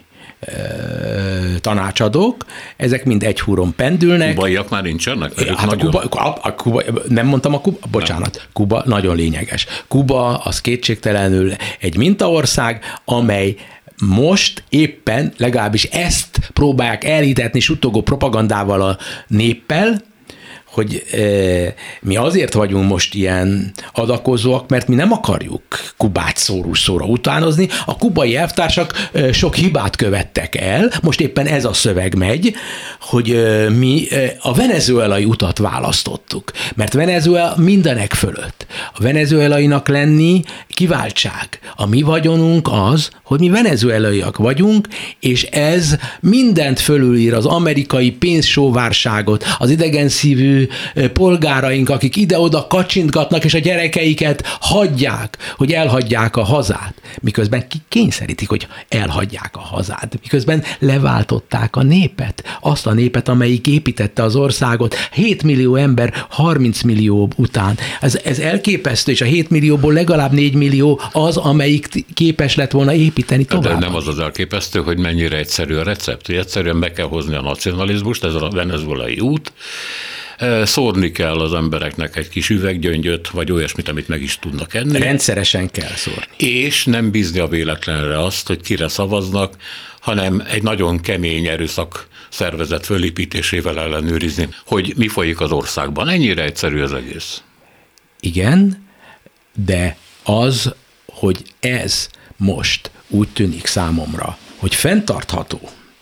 tanácsadók, ezek mind egy húron pendülnek. Kubaiak már nincsenek? Hát nagyon... Kuba, nem mondtam bocsánat, nem. Kuba nagyon lényeges. Kuba az kétségtelenül egy mintaország, amely most éppen legalábbis ezt próbálják elhitetni suttogó propagandával a néppel, hogy mi azért vagyunk most ilyen adakozóak, mert mi nem akarjuk Kubát szóra utánozni. A kubai elvtársak sok hibát követtek el, most éppen ez a szöveg megy, hogy mi a venezuelai utat választottuk, mert Venezuela mindenek fölött. A venezuelainak lenni kiváltság. A mi vagyonunk az, hogy mi venezuelaiak vagyunk, és ez mindent fölülír, az amerikai pénzsóvárságot, az idegenszívű polgáraink, akik ide-oda kacsintgatnak, és a gyerekeiket hagyják, hogy elhagyják a hazát, miközben kényszerítik, hogy elhagyják a hazát, miközben leváltották a népet, azt a népet, amelyik építette az országot, 7 millió ember 30 millió után. Ez elképesztő, és a 7 millióból legalább 4 millió az, amelyik képes lett volna építeni tovább. De nem az elképesztő, hogy mennyire egyszerű a recept, hogy egyszerűen be kell hozni a nacionalizmust, ez a venezuelai út, szórni kell az embereknek egy kis üveggyöngyöt, vagy olyasmit, amit meg is tudnak enni. Rendszeresen kell szórni. És nem bízni a véletlenre azt, hogy kire szavaznak, hanem egy nagyon kemény erőszak szervezet fölépítésével ellenőrizni, hogy mi folyik az országban. Ennyire egyszerű az egész. Igen, de az, hogy ez most úgy tűnik számomra, hogy fenntartható,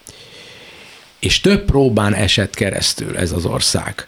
és több próbán esett keresztül ez az ország,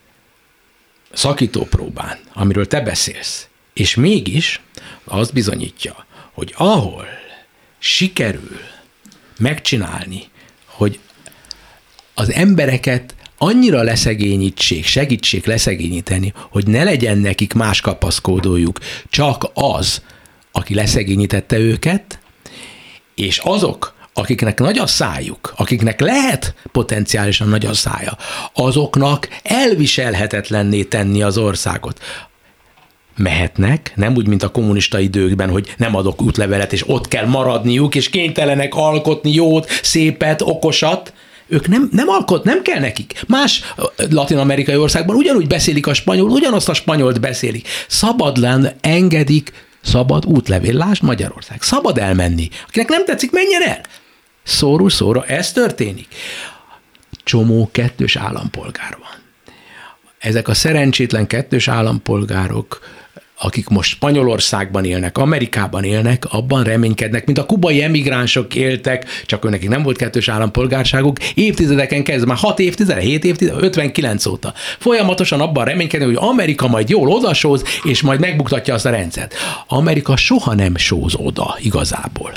szakító próbán, amiről te beszélsz, és mégis azt bizonyítja, hogy ahol sikerül megcsinálni, hogy az embereket annyira segítsék leszegényíteni, hogy ne legyen nekik más kapaszkodójuk, csak az, aki leszegényítette őket, és azok, akiknek nagy a szájuk, akiknek lehet potenciálisan nagy a szája, azoknak elviselhetetlenné tenni az országot. Mehetnek, nem úgy, mint a kommunista időkben, hogy nem adok útlevelet, és ott kell maradniuk, és kénytelenek alkotni jót, szépet, okosat. Ők nem kell nekik. Más latin-amerikai országban ugyanúgy beszélik a spanyol, ugyanazt a spanyolt beszélik. Szabadlán engedik, szabad útlevél, lásd Magyarország. Szabad elmenni. Akinek nem tetszik, menjen el. Szóról szóra ez történik. Csomó kettős állampolgár van. Ezek a szerencsétlen kettős állampolgárok, akik most Spanyolországban élnek, Amerikában élnek, abban reménykednek, mint a kubai emigránsok éltek, csak nekik nem volt kettős állampolgárságuk, évtizedeken kezdve, már 6 évtizede, 7 évtizede, 59 óta. Folyamatosan abban reménykednek, hogy Amerika majd jól odasóz, és majd megbuktatja azt a rendszert. Amerika soha nem sóz oda igazából.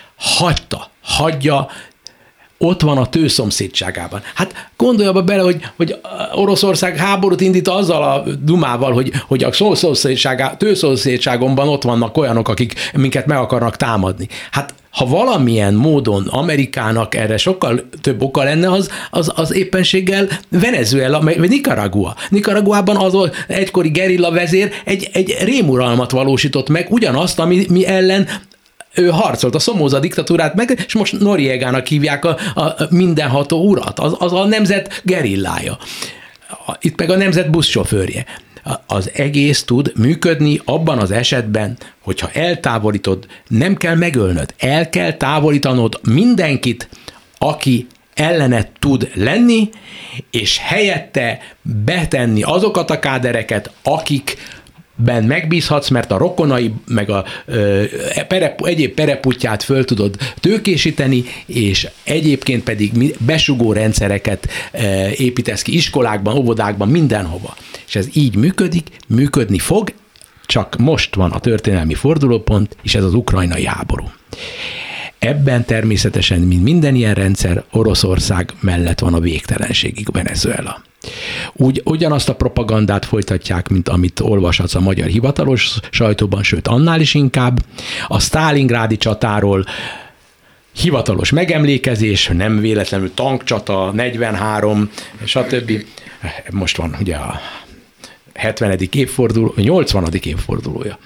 Hagyja, ott van a tőszomszédságában. Hát gondolj abba bele, hogy Oroszország háborút indít azzal a dumával, hogy a tőszomszédságomban ott vannak olyanok, akik minket meg akarnak támadni. Hát ha valamilyen módon Amerikának erre sokkal több oka lenne, az éppenséggel Venezuela, vagy Nicaragua. Nicaraguában az egykori gerilla vezér egy rémuralmat valósított meg, ugyanazt, mi ellen ő harcolt, a Somoza diktatúrát meg, és most Noriegának hívják a mindenható urat. Az a nemzet gerillája. Itt meg a nemzet buszsofőrje. Az egész tud működni abban az esetben, hogyha eltávolítod, nem kell megölnöd, el kell távolítanod mindenkit, aki ellenet tud lenni, és helyette betenni azokat a kádereket, akikben megbízhatsz, mert a rokonai, meg a egyéb pereputját föl tudod tőkésíteni, és egyébként pedig besugó rendszereket építesz ki iskolákban, óvodákban, mindenhova. És ez így működni fog, csak most van a történelmi fordulópont, és ez az ukrajnai háború. Ebben természetesen, mint minden ilyen rendszer, Oroszország mellett van a végtelenségig Venezuela. Ugyanazt a propagandát folytatják, mint amit olvashatsz a magyar hivatalos sajtóban, sőt annál is inkább. A sztálingrádi csatáról hivatalos megemlékezés, nem véletlenül tankcsata, 43, stb. Most van ugye a 70. évforduló, 80. évfordulója.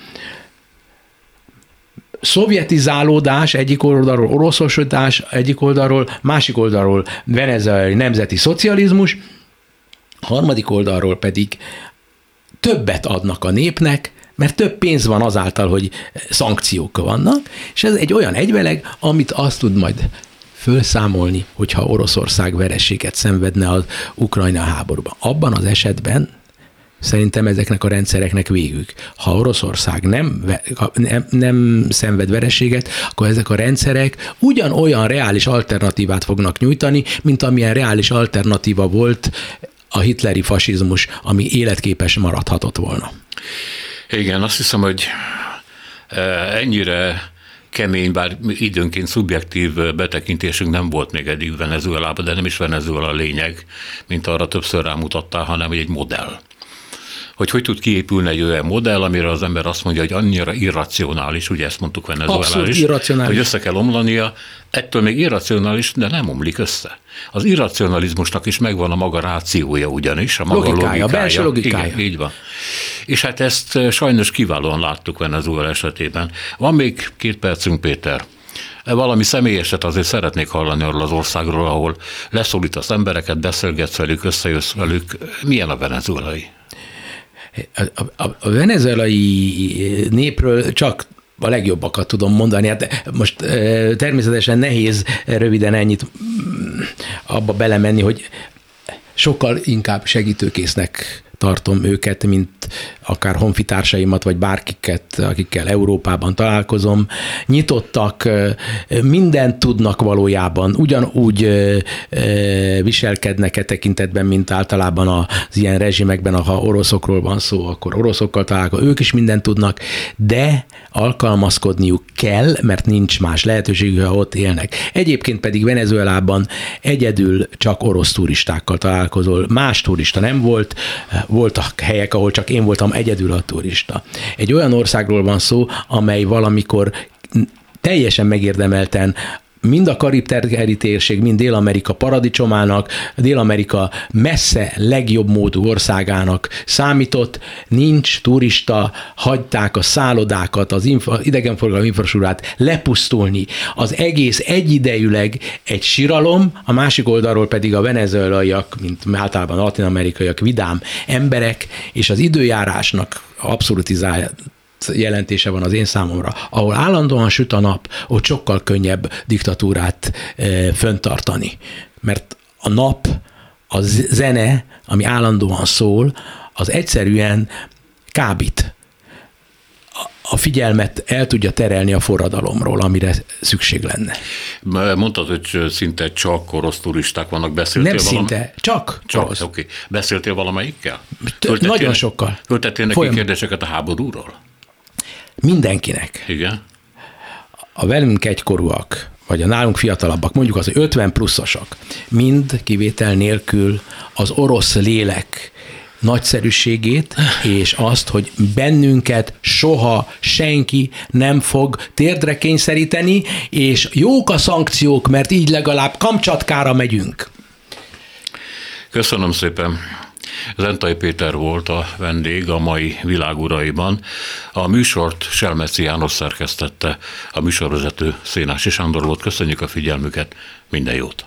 Szovjetizálódás egyik oldalról, oroszosodás egyik oldalról, másik oldalról venezuelai nemzeti szocializmus, harmadik oldalról pedig többet adnak a népnek, mert több pénz van azáltal, hogy szankciók vannak, és ez egy olyan egyveleg, amit azt tud majd fölszámolni, hogyha Oroszország vereséget szenvedne az Ukrajna háborúban. Abban az esetben szerintem ezeknek a rendszereknek végük. Ha Oroszország nem szenved vereséget, akkor ezek a rendszerek ugyanolyan reális alternatívát fognak nyújtani, mint amilyen reális alternatíva volt a hitleri fasizmus, ami életképes maradhatott volna. Igen, azt hiszem, hogy ennyire kemény, bár időnként szubjektív betekintésünk nem volt még eddig Venezuelában, de nem is Venezuela a lényeg, mint arra többször rámutattál, hanem egy modell. Hogy tud kiépülni egy olyan modell, amire az ember azt mondja, hogy annyira irracionális, ugye ezt mondtuk Venezuelában is, hogy össze kell omlania, ettől még irracionális, de nem omlik össze. Az irracionalizmusnak is megvan a maga rációja ugyanis, a maga logikája. Belső logikája. Igen, így van. És hát ezt sajnos kiválóan láttuk Venezuela esetében. Van még 2 percünk, Péter. Valami személyeset azért szeretnék hallani arról az országról, ahol leszólítasz embereket, beszélgetsz velük, összejössz velük. Milyen a venezuelai? A venezuelai népről csak a legjobbakat tudom mondani. Hát most természetesen nehéz röviden ennyit abba belemenni, hogy sokkal inkább segítőkésznek tartom őket, mint akár honfitársaimat, vagy bárkiket, akikkel Európában találkozom, nyitottak, mindent tudnak valójában, ugyanúgy viselkednek tekintetben, mint általában az ilyen rezsimekben, ha oroszokról van szó, akkor oroszokkal találkozom, ők is mindent tudnak, de alkalmazkodniuk kell, mert nincs más lehetőségük, ha ott élnek. Egyébként pedig Venezuelában egyedül csak orosz turistákkal találkozol, más turista nem volt, voltak helyek, ahol csak én voltam egyedül a turista. Egy olyan országról van szó, amely valamikor teljesen megérdemelten mind a Karib-tengeri térség, mind Dél-Amerika paradicsomának, Dél-Amerika messze legjobb módú országának számított, nincs turista, hagyták a szállodákat, az idegenforgalmi infrastruktúrát lepusztulni. Az egész egyidejűleg egy siralom, a másik oldalról pedig a venezuelaiak, mint általában a latin-amerikaiak vidám emberek, és az időjárásnak abszolutizált jelentése van az én számomra, ahol állandóan süt a nap, ott sokkal könnyebb diktatúrát föntartani. Mert a nap, a zene, ami állandóan szól, az egyszerűen kábít. A figyelmet el tudja terelni a forradalomról, amire szükség lenne. Mondtad, hogy szinte csak orosz turisták vannak. Beszéltél Nem szinte, csak orosz. Okay. Beszéltél valamelyikkel? Nagyon sokkal. Föltettél neki kérdéseket a háborúról? Mindenkinek. Igen. A velünk egykorúak, vagy a nálunk fiatalabbak, mondjuk az, hogy 50 pluszosok, mind kivétel nélkül az orosz lélek nagyszerűségét, és azt, hogy bennünket soha senki nem fog térdre kényszeríteni, és jók a szankciók, mert így legalább Kamcsatkára megyünk. Köszönöm szépen. Zentai Péter volt a vendég a mai Világuraiban. A műsort Selmeci János szerkesztette, a műsorvezető Szénási Sándor volt. Köszönjük a figyelmüket, minden jót!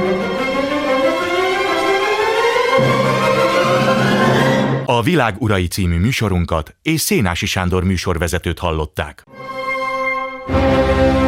A Világ urai című műsorunkat és Szénási Sándor műsorvezetőt hallották.